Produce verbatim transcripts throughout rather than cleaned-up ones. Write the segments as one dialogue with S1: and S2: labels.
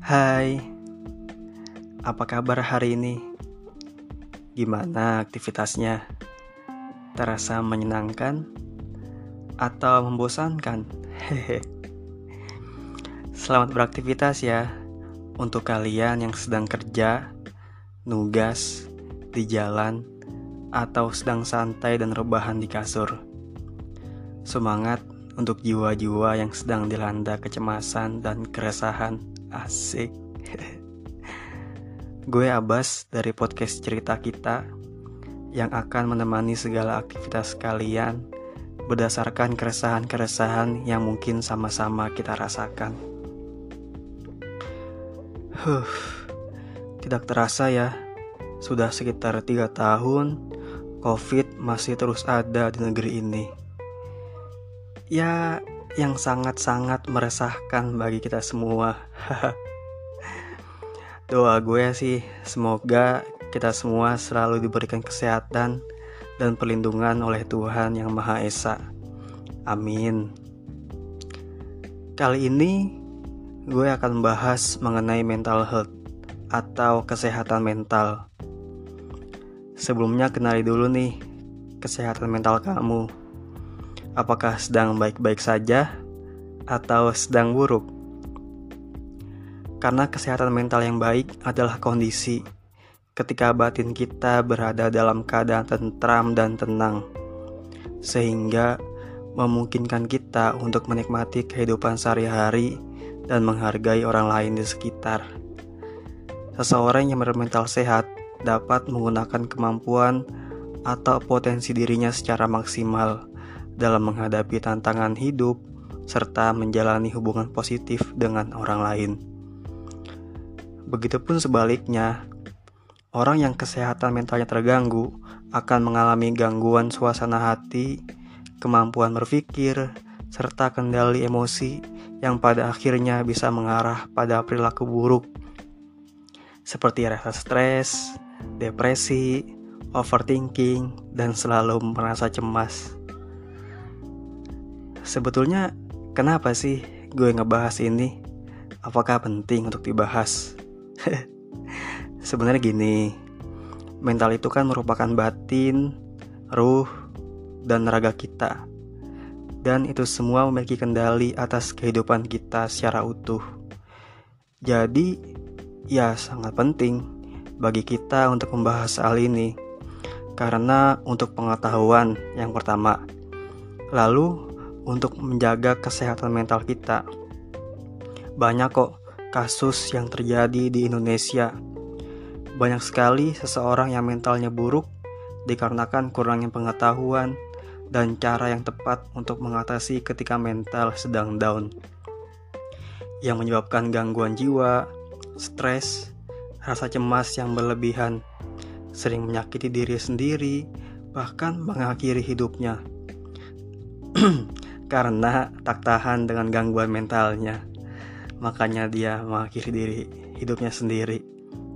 S1: Hai, apa kabar hari ini? Gimana aktivitasnya? Terasa menyenangkan atau membosankan? Hehe. Selamat beraktivitas ya untuk kalian yang sedang kerja, nugas, di jalan, atau sedang santai dan rebahan di kasur. Semangat untuk jiwa-jiwa yang sedang dilanda kecemasan dan keresahan. Asik. Gue Abbas dari podcast Cerita Kita yang akan menemani segala aktivitas kalian berdasarkan keresahan-keresahan yang mungkin sama-sama kita rasakan. Huh, tidak terasa ya, sudah sekitar tiga tahun COVID masih terus ada di negeri ini. Ya, yang sangat-sangat meresahkan bagi kita semua. Doa gue sih semoga kita semua selalu diberikan kesehatan dan perlindungan oleh Tuhan Yang Maha Esa. Amin. Kali ini gue akan membahas mengenai mental health atau kesehatan mental. Sebelumnya kenali dulu nih kesehatan mental kamu. Apakah sedang baik-baik saja atau sedang buruk? Karena kesehatan mental yang baik adalah kondisi ketika batin kita berada dalam keadaan tentram dan tenang, sehingga memungkinkan kita untuk menikmati kehidupan sehari-hari dan menghargai orang lain di sekitar. Seseorang yang bermental sehat dapat menggunakan kemampuan atau potensi dirinya secara maksimal dalam menghadapi tantangan hidup serta menjalani hubungan positif dengan orang lain. Begitupun sebaliknya, orang yang kesehatan mentalnya terganggu akan mengalami gangguan suasana hati, kemampuan berpikir, serta kendali emosi yang pada akhirnya bisa mengarah pada perilaku buruk seperti rasa stres, depresi, overthinking, dan selalu merasa cemas. Sebetulnya kenapa sih gue ngebahas ini? Apakah penting untuk dibahas? Sebenarnya gini, mental itu kan merupakan batin, ruh, dan raga kita. Dan itu semua memiliki kendali atas kehidupan kita secara utuh. Jadi, ya sangat penting bagi kita untuk membahas hal ini. Karena untuk pengetahuan yang pertama, lalu untuk menjaga kesehatan mental kita. Banyak kok kasus yang terjadi di Indonesia. Banyak sekali seseorang yang mentalnya buruk dikarenakan kurangnya pengetahuan dan cara yang tepat untuk mengatasi ketika mental sedang down, yang menyebabkan gangguan jiwa, stres, rasa cemas yang berlebihan, sering menyakiti diri sendiri, bahkan mengakhiri hidupnya karena tak tahan dengan gangguan mentalnya. Makanya dia mengakhiri diri hidupnya sendiri.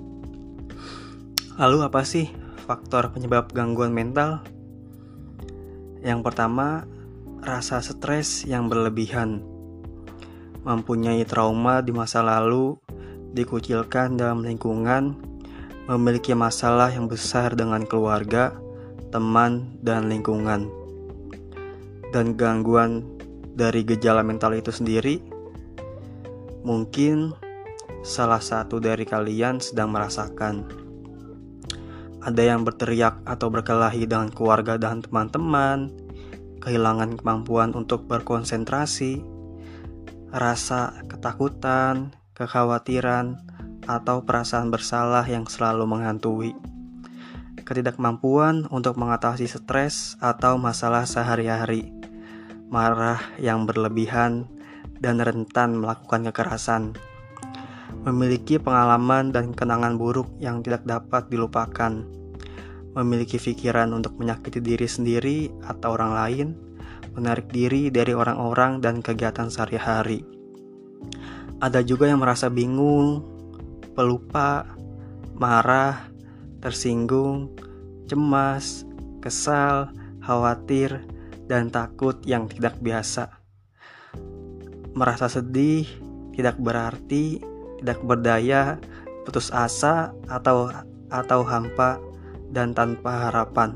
S1: Lalu apa sih faktor penyebab gangguan mental? Yang pertama, rasa stres yang berlebihan. Mempunyai trauma di masa lalu, dikucilkan dalam lingkungan, memiliki masalah yang besar dengan keluarga, teman, dan lingkungan. Dan gangguan dari gejala mental itu sendiri, mungkin salah satu dari kalian sedang merasakan. Ada yang berteriak atau berkelahi dengan keluarga dan teman-teman, kehilangan kemampuan untuk berkonsentrasi, rasa ketakutan, kekhawatiran, atau perasaan bersalah yang selalu menghantui, ketidakmampuan untuk mengatasi stres atau masalah sehari-hari, marah yang berlebihan, dan rentan melakukan kekerasan, memiliki pengalaman dan kenangan buruk yang tidak dapat dilupakan, memiliki pikiran untuk menyakiti diri sendiri atau orang lain, menarik diri dari orang-orang dan kegiatan sehari-hari. Ada juga yang merasa bingung, pelupa, marah, tersinggung, cemas, kesal, khawatir, dan takut yang tidak biasa. Merasa sedih tidak berarti tidak berdaya, putus asa, atau atau hampa dan tanpa harapan.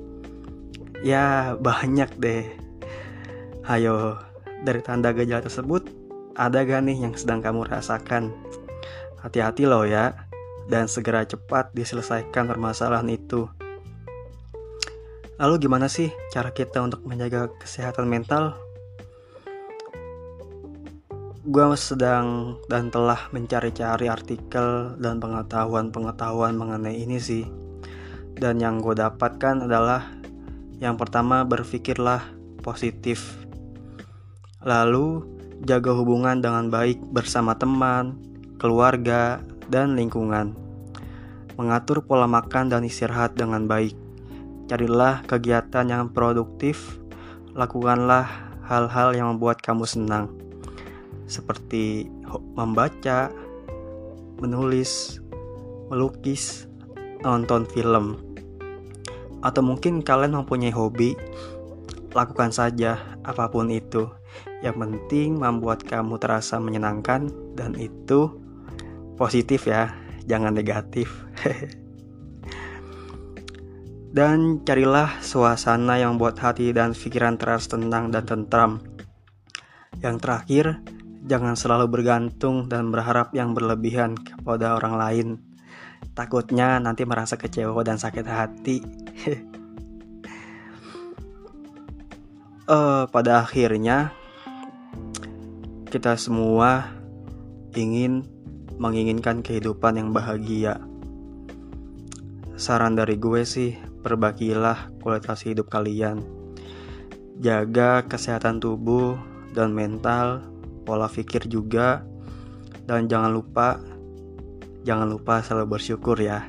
S1: Ya banyak deh. Hayo, dari tanda gejala tersebut, ada gak nih yang sedang kamu rasakan? Hati-hati loh ya, dan segera cepat diselesaikan permasalahan itu. Lalu gimana sih cara kita untuk menjaga kesehatan mental? Gua sedang dan telah mencari-cari artikel dan pengetahuan-pengetahuan mengenai ini sih. Dan yang gue dapatkan adalah, yang pertama, berpikirlah positif. Lalu jaga hubungan dengan baik bersama teman, keluarga, dan lingkungan. Mengatur pola makan dan istirahat dengan baik. Carilah kegiatan yang produktif. Lakukanlah hal-hal yang membuat kamu senang, seperti membaca, menulis, melukis, nonton film. Atau mungkin kalian mempunyai hobi, lakukan saja apapun itu. Yang penting membuat kamu terasa menyenangkan, dan itu positif ya, jangan negatif. Dan carilah suasana yang membuat hati dan pikiran terasa tenang dan tentram. Yang terakhir, jangan selalu bergantung dan berharap yang berlebihan kepada orang lain. Takutnya nanti merasa kecewa dan sakit hati. uh, pada akhirnya, kita semua ingin menginginkan kehidupan yang bahagia. Saran dari gue sih, perbaikilah kualitas hidup kalian. Jaga kesehatan tubuh dan mental, pola pikir juga, dan jangan lupa jangan lupa selalu bersyukur ya.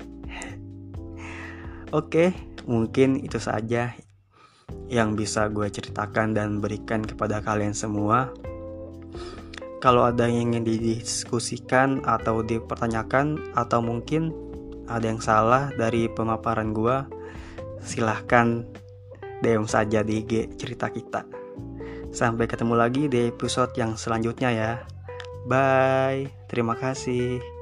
S1: Oke, mungkin itu saja yang bisa gue ceritakan dan berikan kepada kalian semua. Kalau ada yang ingin didiskusikan atau dipertanyakan, atau mungkin ada yang salah dari pemaparan gue, silahkan D M saja di I G cerita kita. Sampai ketemu lagi di episode yang selanjutnya ya. Bye, terima kasih.